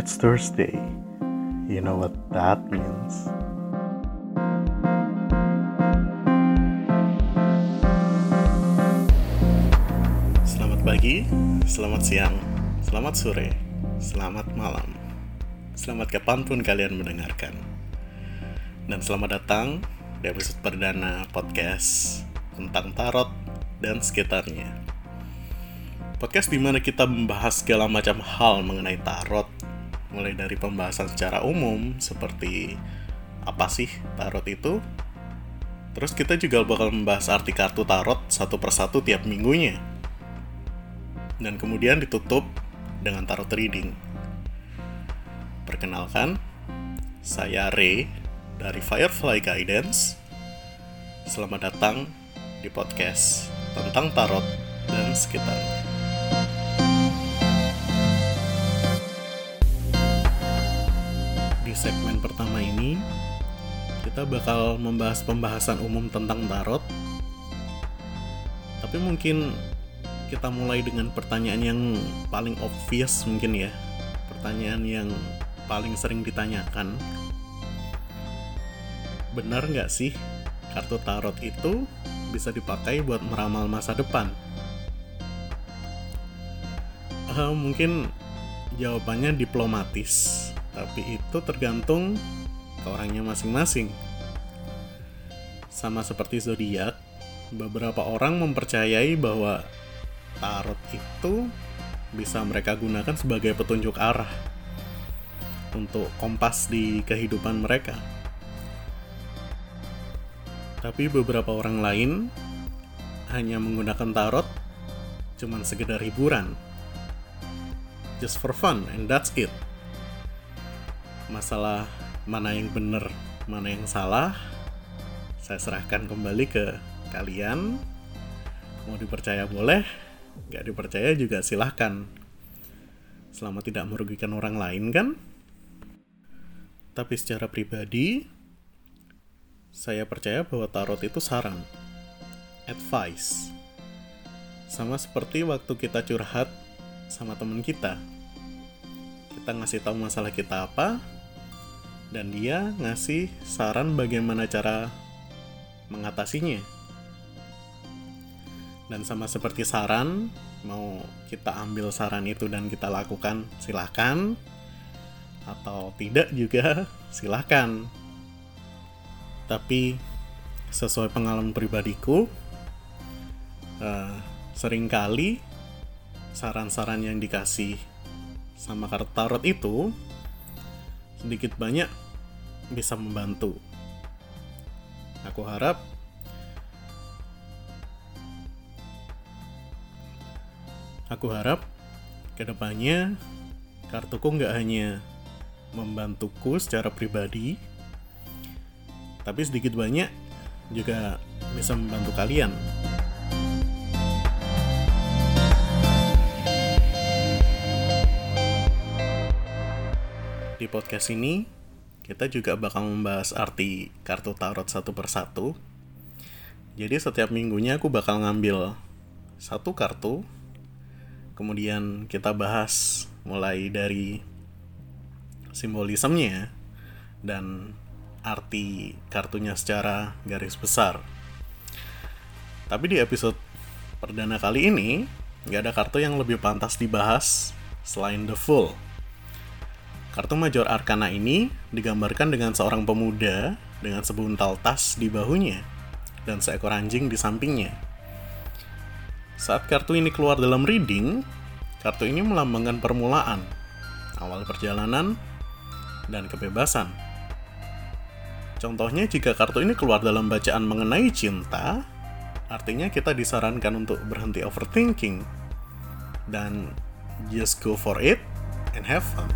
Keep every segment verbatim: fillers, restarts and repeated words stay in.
It's Thursday. You know what that means. Selamat pagi, selamat siang, selamat sore, selamat malam. Selamat kapanpun kalian mendengarkan. Dan selamat datang di episode perdana podcast tentang tarot dan sekitarnya. Podcast di mana kita membahas segala macam hal mengenai tarot, mulai dari pembahasan secara umum seperti apa sih tarot itu. Terus kita juga bakal membahas arti kartu tarot satu persatu tiap minggunya. Dan kemudian ditutup dengan tarot reading. Perkenalkan, saya Ray dari Firefly Guidance. Selamat datang di podcast tentang tarot dan sekitarnya. Di segmen pertama ini, kita bakal membahas pembahasan umum tentang tarot. Tapi mungkin kita mulai dengan pertanyaan yang paling obvious mungkin ya. Pertanyaan yang paling sering ditanyakan. Benar nggak sih kartu tarot itu bisa dipakai buat meramal masa depan? Uh, mungkin jawabannya diplomatis, tapi itu tergantung ke orangnya masing-masing. Sama seperti zodiak, beberapa orang mempercayai bahwa tarot itu bisa mereka gunakan sebagai petunjuk arah untuk kompas di kehidupan mereka. Tapi beberapa orang lain hanya menggunakan tarot cuman sekedar hiburan, just for fun, and that's it. Masalah mana yang benar, mana yang salah, saya serahkan kembali ke kalian. Mau dipercaya boleh, nggak dipercaya juga silahkan. Selama tidak merugikan orang lain kan? Tapi secara pribadi, saya percaya bahwa tarot itu saran, advice. Sama seperti waktu kita curhat sama teman kita. Kita ngasih tahu masalah kita apa, dan dia ngasih saran bagaimana cara mengatasinya. Dan sama seperti saran, mau kita ambil saran itu dan kita lakukan, silakan. Atau tidak juga, silakan. Tapi sesuai pengalaman pribadiku, uh, seringkali saran-saran yang dikasih sama kartu tarot itu sedikit banyak bisa membantu. Aku harap Aku harap kedepannya kartuku nggak hanya membantuku secara pribadi, tapi sedikit banyak juga bisa membantu kalian. Di podcast ini, kita juga bakal membahas arti kartu tarot satu persatu. Jadi setiap minggunya aku bakal ngambil satu kartu, kemudian kita bahas mulai dari simbolismenya dan arti kartunya secara garis besar. Tapi di episode perdana kali ini, gak ada kartu yang lebih pantas dibahas selain The Fool. Kartu Major Arcana ini digambarkan dengan seorang pemuda dengan sebuntal tas di bahunya dan seekor anjing di sampingnya. Saat kartu ini keluar dalam reading, kartu ini melambangkan permulaan, awal perjalanan, dan kebebasan. Contohnya, jika kartu ini keluar dalam bacaan mengenai cinta, artinya kita disarankan untuk berhenti overthinking dan just go for it and have fun.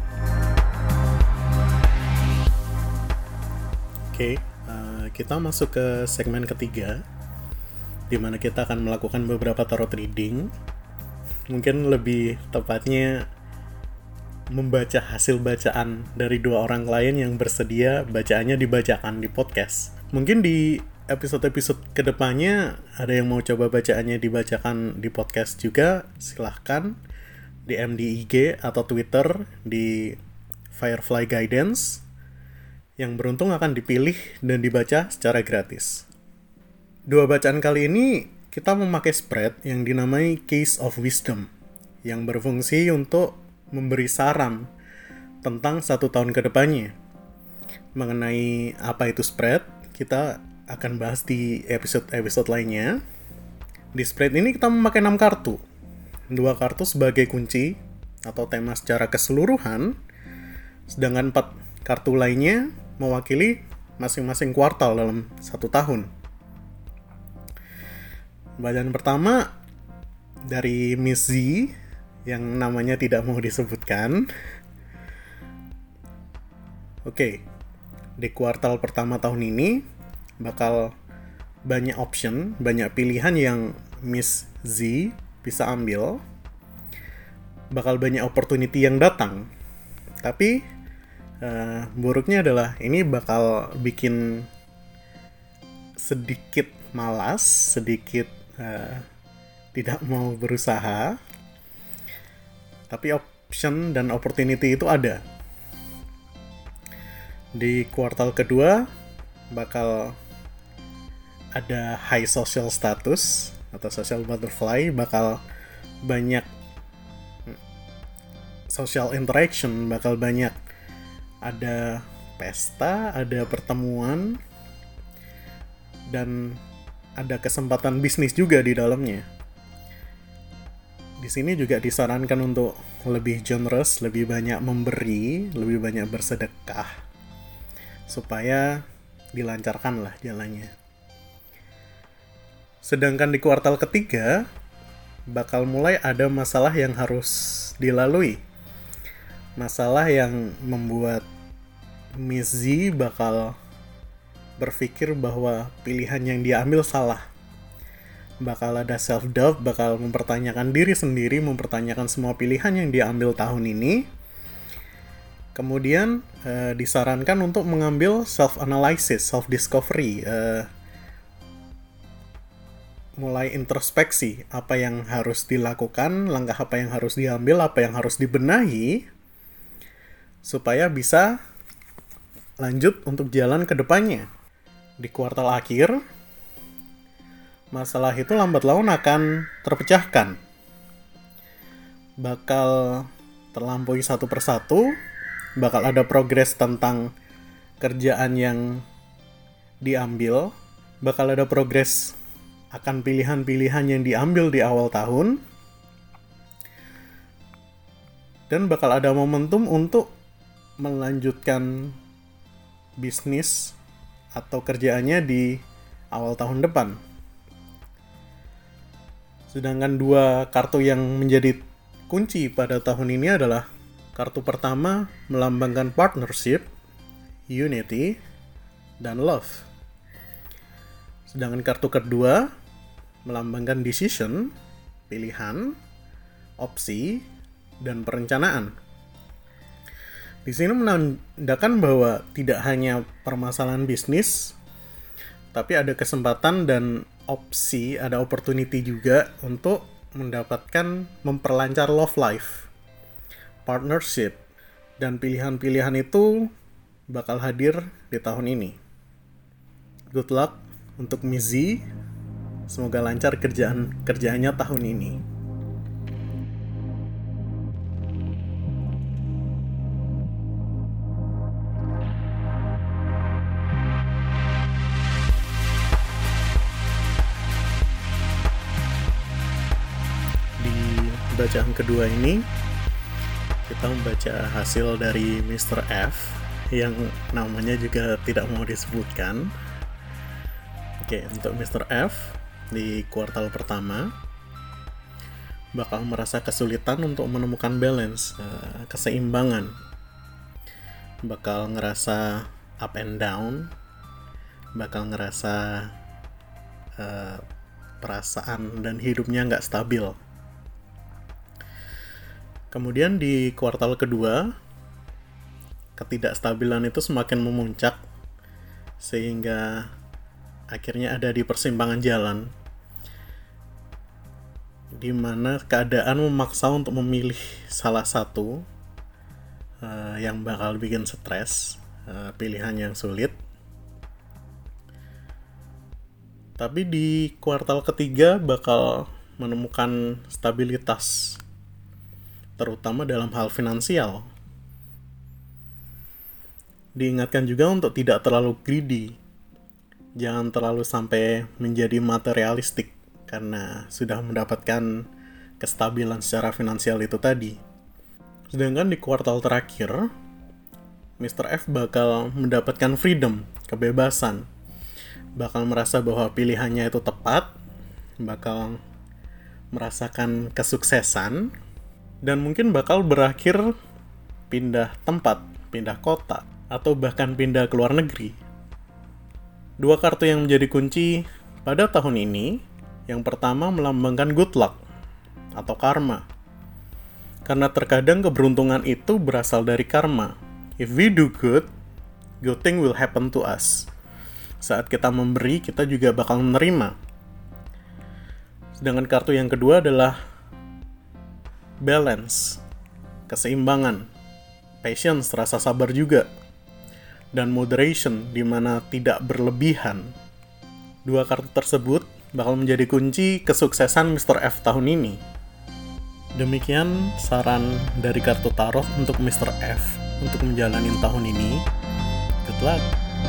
Oke, okay, uh, kita masuk ke segmen ketiga, di mana kita akan melakukan beberapa tarot reading. Mungkin lebih tepatnya membaca hasil bacaan dari dua orang lain yang bersedia bacaannya dibacakan di podcast. Mungkin di episode-episode kedepannya ada yang mau coba bacaannya dibacakan di podcast juga, silahkan D M di I G atau Twitter di Firefly Guidance, yang beruntung akan dipilih dan dibaca secara gratis. Dua bacaan kali ini kita memakai spread yang dinamai Case of Wisdom, yang berfungsi untuk memberi saran tentang satu tahun ke depannya. Mengenai apa itu spread, kita akan bahas di episode-episode lainnya. Di spread ini kita memakai enam kartu. Dua kartu sebagai kunci atau tema secara keseluruhan, sedangkan empat kartu lainnya mewakili masing-masing kuartal dalam satu tahun. Bacaan pertama dari Miss Z yang namanya tidak mau disebutkan. Oke, di kuartal pertama tahun ini bakal banyak option, banyak pilihan yang Miss Z bisa ambil. Bakal banyak opportunity yang datang. Tapi uh, buruknya adalah ini bakal bikin sedikit malas, sedikit uh, tidak mau berusaha. Tapi option dan opportunity itu ada. Di kuartal kedua bakal ada high social status atau social butterfly, bakal banyak social interaction, bakal banyak ada pesta, ada pertemuan, dan ada kesempatan bisnis juga di dalamnya. Di sini juga disarankan untuk lebih generous, lebih banyak memberi, lebih banyak bersedekah, supaya dilancarkan lah jalannya. Sedangkan di kuartal ketiga, bakal mulai ada masalah yang harus dilalui. Masalah yang membuat Miss Z bakal berpikir bahwa pilihan yang dia ambil salah. Bakal ada self-doubt, bakal mempertanyakan diri sendiri, mempertanyakan semua pilihan yang dia ambil tahun ini. Kemudian eh, disarankan untuk mengambil self-analysis, self-discovery, eh, mulai introspeksi apa yang harus dilakukan, langkah apa yang harus diambil, apa yang harus dibenahi, supaya bisa lanjut untuk jalan ke depannya. Di kuartal akhir, masalah itu lambat laun akan terpecahkan. Bakal terlampaui satu persatu, bakal ada progres tentang kerjaan yang diambil, bakal ada progres akan pilihan-pilihan yang diambil di awal tahun, dan bakal ada momentum untuk melanjutkan bisnis atau kerjaannya di awal tahun depan. Sedangkan dua kartu yang menjadi kunci pada tahun ini adalah kartu pertama melambangkan partnership, unity, dan love. Sedangkan kartu kedua melambangkan decision, pilihan, opsi, dan perencanaan. Di sini menandakan bahwa tidak hanya permasalahan bisnis, tapi ada kesempatan dan opsi, ada opportunity juga untuk mendapatkan memperlancar love life, partnership, dan pilihan-pilihan itu bakal hadir di tahun ini. Good luck untuk Miss Z. Semoga lancar kerjaan kerjaannya tahun ini. Di bacaan kedua ini, kita membaca hasil dari mister F yang namanya juga tidak mau disebutkan. Oke, untuk mister F di kuartal pertama bakal merasa kesulitan untuk menemukan balance, uh, keseimbangan. Bakal ngerasa up and down, bakal ngerasa uh, perasaan dan hidupnya nggak stabil. Kemudian di kuartal kedua, ketidakstabilan itu semakin memuncak, sehingga akhirnya ada di persimpangan jalan, di mana keadaan memaksa untuk memilih salah satu, uh, yang bakal bikin stres, uh, pilihan yang sulit. Tapi di kuartal ketiga bakal menemukan stabilitas, terutama dalam hal finansial. Diingatkan juga untuk tidak terlalu greedy. Jangan terlalu sampai menjadi materialistik karena sudah mendapatkan kestabilan secara finansial itu tadi. Sedangkan di kuartal terakhir, mister F bakal mendapatkan freedom, kebebasan. Bakal merasa bahwa pilihannya itu tepat, bakal merasakan kesuksesan, dan mungkin bakal berakhir pindah tempat, pindah kota, atau bahkan pindah ke luar negeri. Dua kartu yang menjadi kunci pada tahun ini, yang pertama melambangkan good luck, atau karma. Karena terkadang keberuntungan itu berasal dari karma. If we do good, good thing will happen to us. Saat kita memberi, kita juga bakal menerima. Sedangkan kartu yang kedua adalah balance, keseimbangan, patience, rasa sabar juga, dan moderation, di mana tidak berlebihan. Dua kartu tersebut bakal menjadi kunci kesuksesan mister F tahun ini. Demikian saran dari kartu tarot untuk mister F untuk menjalani tahun ini. Good luck!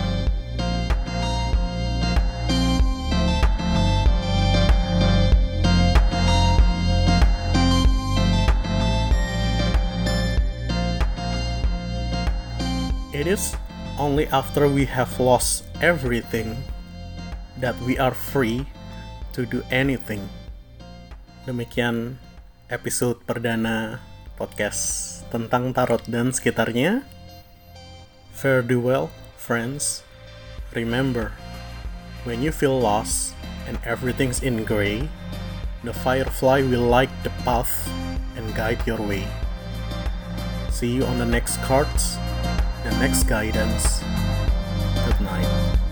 It is only after we have lost everything that we are free to do anything. Demikian episode perdana podcast tentang tarot dan sekitarnya. Fare thee well, friends. Remember, when you feel lost and everything's in gray, the firefly will light the path and guide your way. See you on the next cards, the next guidance. Good night.